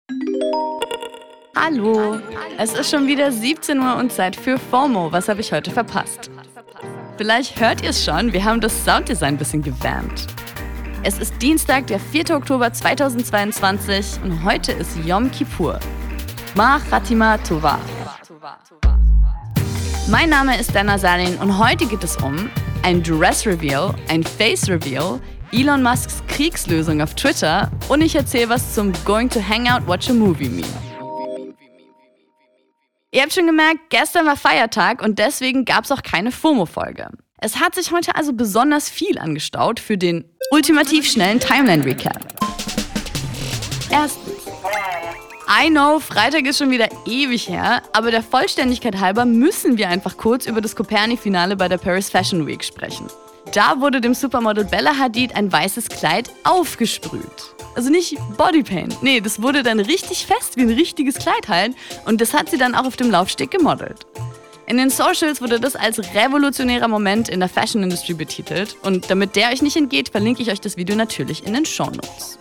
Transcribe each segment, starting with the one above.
Hallo, es ist schon wieder 17 Uhr und Zeit für FOMO. Was habe ich heute verpasst? Vielleicht hört ihr es schon, wir haben das Sounddesign ein bisschen gewärmt. Es ist Dienstag, der 4. Oktober 2022 und heute ist Yom Kippur. Ma Khatima Tova. Mein Name ist Dana Salin und heute geht es um ein Dress-Reveal, ein Face-Reveal, Elon Musks Kriegslösung auf Twitter und ich erzähle was zum Going to Hangout Watch a Movie Meme. Ihr habt schon gemerkt, gestern war Feiertag und deswegen gab es auch keine FOMO-Folge. Es hat sich heute also besonders viel angestaut für den ultimativ schnellen Timeline-Recap. Erstens. I know, Freitag ist schon wieder ewig her, aber der Vollständigkeit halber müssen wir einfach kurz über das Copernic-Finale bei der Paris Fashion Week sprechen. Da wurde dem Supermodel Bella Hadid ein weißes Kleid aufgesprüht. Also nicht Bodypaint, nee, das wurde dann richtig fest wie ein richtiges Kleid halt und das hat sie dann auch auf dem Laufsteg gemodelt. In den Socials wurde das als revolutionärer Moment in der Fashion Industry betitelt und damit der euch nicht entgeht, verlinke ich euch das Video natürlich in den Shownotes.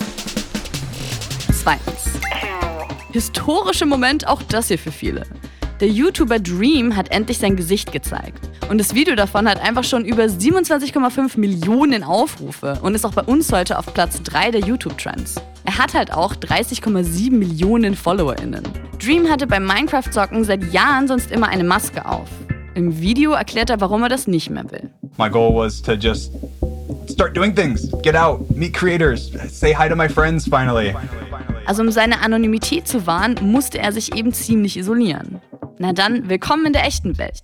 Zweitens. Historischer Moment, auch das hier für viele. Der YouTuber Dream hat endlich sein Gesicht gezeigt. Und das Video davon hat einfach schon über 27,5 Millionen Aufrufe und ist auch bei uns heute auf Platz 3 der YouTube-Trends. Er hat halt auch 30,7 Millionen FollowerInnen. Dream hatte beim Minecraft-Zocken seit Jahren sonst immer eine Maske auf. Im Video erklärt er, warum er das nicht mehr will. My goal was to just start doing things, get out, meet creators, say hi to my friends finally. Also um seine Anonymität zu wahren, musste er sich eben ziemlich isolieren. Na dann, willkommen in der echten Welt.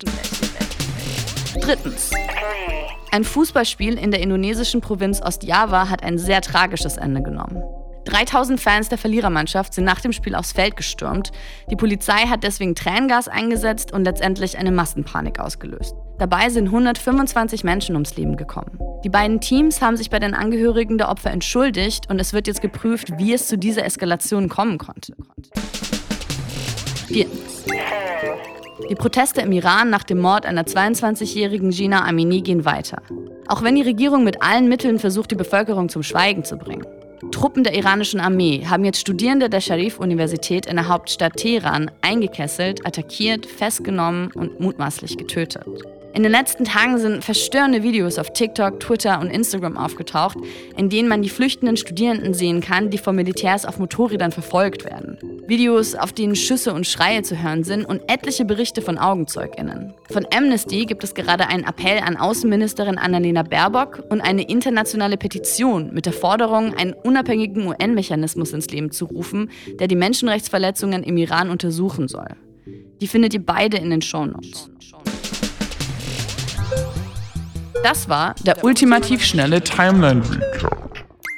Drittens. Ein Fußballspiel in der indonesischen Provinz Ostjava hat ein sehr tragisches Ende genommen. 3000 Fans der Verlierermannschaft sind nach dem Spiel aufs Feld gestürmt. Die Polizei hat deswegen Tränengas eingesetzt und letztendlich eine Massenpanik ausgelöst. Dabei sind 125 Menschen ums Leben gekommen. Die beiden Teams haben sich bei den Angehörigen der Opfer entschuldigt und es wird jetzt geprüft, wie es zu dieser Eskalation kommen konnte. Viertens. Die Proteste im Iran nach dem Mord einer 22-jährigen Jina Amini gehen weiter. Auch wenn die Regierung mit allen Mitteln versucht, die Bevölkerung zum Schweigen zu bringen. Truppen der iranischen Armee haben jetzt Studierende der Sharif-Universität in der Hauptstadt Teheran eingekesselt, attackiert, festgenommen und mutmaßlich getötet. In den letzten Tagen sind verstörende Videos auf TikTok, Twitter und Instagram aufgetaucht, in denen man die flüchtenden Studierenden sehen kann, die von Militärs auf Motorrädern verfolgt werden. Videos, auf denen Schüsse und Schreie zu hören sind und etliche Berichte von AugenzeugInnen. Von Amnesty gibt es gerade einen Appell an Außenministerin Annalena Baerbock und eine internationale Petition mit der Forderung, einen unabhängigen UN-Mechanismus ins Leben zu rufen, der die Menschenrechtsverletzungen im Iran untersuchen soll. Die findet ihr beide in den Shownotes. Das war der ultimativ schnelle Timeline-Recap.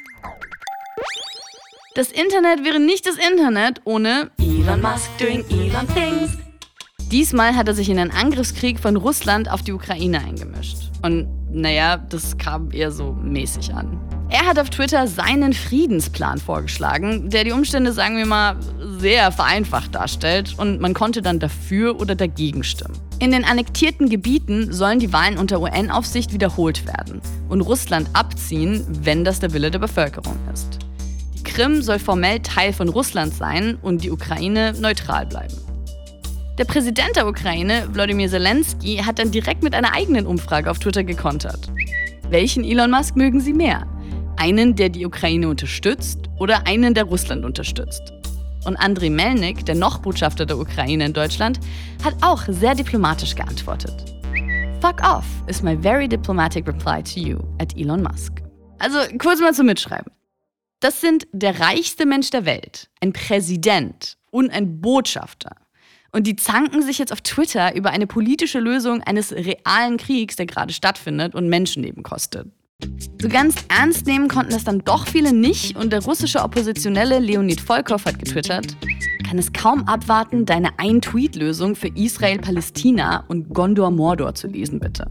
Das Internet wäre nicht das Internet ohne Elon Musk doing Elon things. Diesmal hat er sich in einen Angriffskrieg von Russland auf die Ukraine eingemischt. Und naja, das kam eher so mäßig an. Er hat auf Twitter seinen Friedensplan vorgeschlagen, der die Umstände, sagen wir mal, sehr vereinfacht darstellt und man konnte dann dafür oder dagegen stimmen. In den annektierten Gebieten sollen die Wahlen unter UN-Aufsicht wiederholt werden und Russland abziehen, wenn das der Wille der Bevölkerung ist. Die Krim soll formell Teil von Russland sein und die Ukraine neutral bleiben. Der Präsident der Ukraine, Volodymyr Zelensky, hat dann direkt mit einer eigenen Umfrage auf Twitter gekontert. Welchen Elon Musk mögen Sie mehr? Einen, der die Ukraine unterstützt oder einen, der Russland unterstützt? Und Andriy Melnik, der noch-Botschafter der Ukraine in Deutschland, hat auch sehr diplomatisch geantwortet. Fuck off is my very diplomatic reply to you at Elon Musk. Also kurz mal zum Mitschreiben. Das sind der reichste Mensch der Welt, ein Präsident und ein Botschafter. Und die zanken sich jetzt auf Twitter über eine politische Lösung eines realen Kriegs, der gerade stattfindet und Menschenleben kostet. So ganz ernst nehmen konnten das dann doch viele nicht und der russische Oppositionelle Leonid Volkov hat getwittert: Kann es kaum abwarten, deine Ein-Tweet-Lösung für Israel-Palästina und Gondor-Mordor zu lesen, bitte.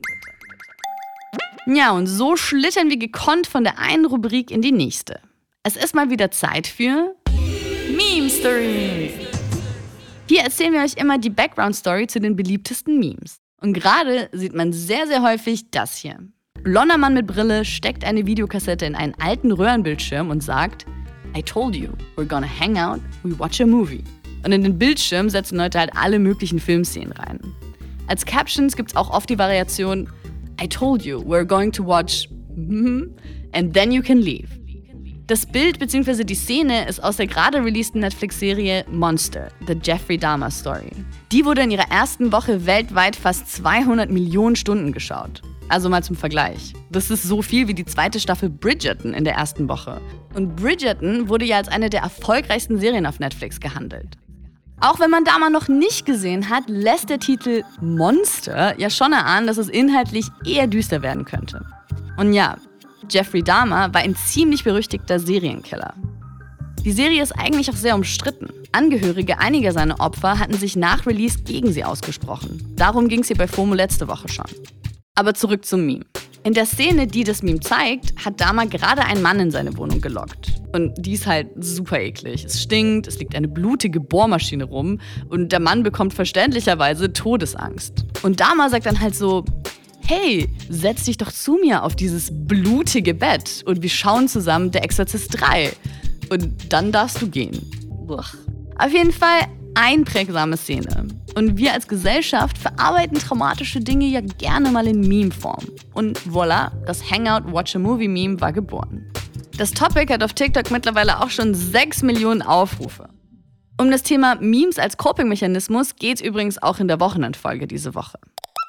Ja, und so schlittern wir gekonnt von der einen Rubrik in die nächste. Es ist mal wieder Zeit für Meme Stories. Hier erzählen wir euch immer die Background-Story zu den beliebtesten Memes. Und gerade sieht man sehr, sehr häufig das hier. Blonder Mann mit Brille steckt eine Videokassette in einen alten Röhrenbildschirm und sagt: I told you, we're gonna hang out, we watch a movie. Und in den Bildschirm setzen Leute halt alle möglichen Filmszenen rein. Als Captions gibt's auch oft die Variation I told you, we're going to watch and then you can leave. Das Bild bzw. die Szene ist aus der gerade releaseden Netflix-Serie Monster, The Jeffrey Dahmer Story. Die wurde in ihrer ersten Woche weltweit fast 200 Millionen Stunden geschaut. Also mal zum Vergleich. Das ist so viel wie die zweite Staffel Bridgerton in der ersten Woche. Und Bridgerton wurde ja als eine der erfolgreichsten Serien auf Netflix gehandelt. Auch wenn man Dahmer noch nicht gesehen hat, lässt der Titel Monster ja schon erahnen, dass es inhaltlich eher düster werden könnte. Und ja, Jeffrey Dahmer war ein ziemlich berüchtigter Serienkiller. Die Serie ist eigentlich auch sehr umstritten. Angehörige einiger seiner Opfer hatten sich nach Release gegen sie ausgesprochen. Darum ging es hier bei FOMO letzte Woche schon. Aber zurück zum Meme. In der Szene, die das Meme zeigt, hat Dahmer gerade einen Mann in seine Wohnung gelockt. Und die ist halt super eklig. Es stinkt, es liegt eine blutige Bohrmaschine rum und der Mann bekommt verständlicherweise Todesangst. Und Dahmer sagt dann halt so, hey, setz dich doch zu mir auf dieses blutige Bett und wir schauen zusammen Der Exorzist 3. Und dann darfst du gehen. Uch. Auf jeden Fall einprägsame Szene. Und wir als Gesellschaft verarbeiten traumatische Dinge ja gerne mal in Meme-Form. Und voilà, das Hangout-Watch-a-Movie-Meme war geboren. Das Topic hat auf TikTok mittlerweile auch schon 6 Millionen Aufrufe. Um das Thema Memes als Coping-Mechanismus geht es übrigens auch in der Wochenendfolge diese Woche.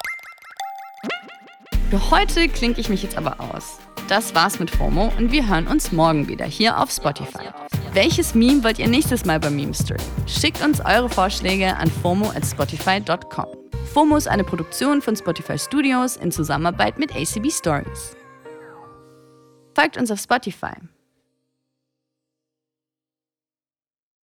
Für heute klinke ich mich jetzt aber aus. Das war's mit FOMO und wir hören uns morgen wieder hier auf Spotify. Welches Meme wollt ihr nächstes Mal bei Memestream? Schickt uns eure Vorschläge an fomo@spotify.com. FOMO ist eine Produktion von Spotify Studios in Zusammenarbeit mit ACB Stories. Folgt uns auf Spotify.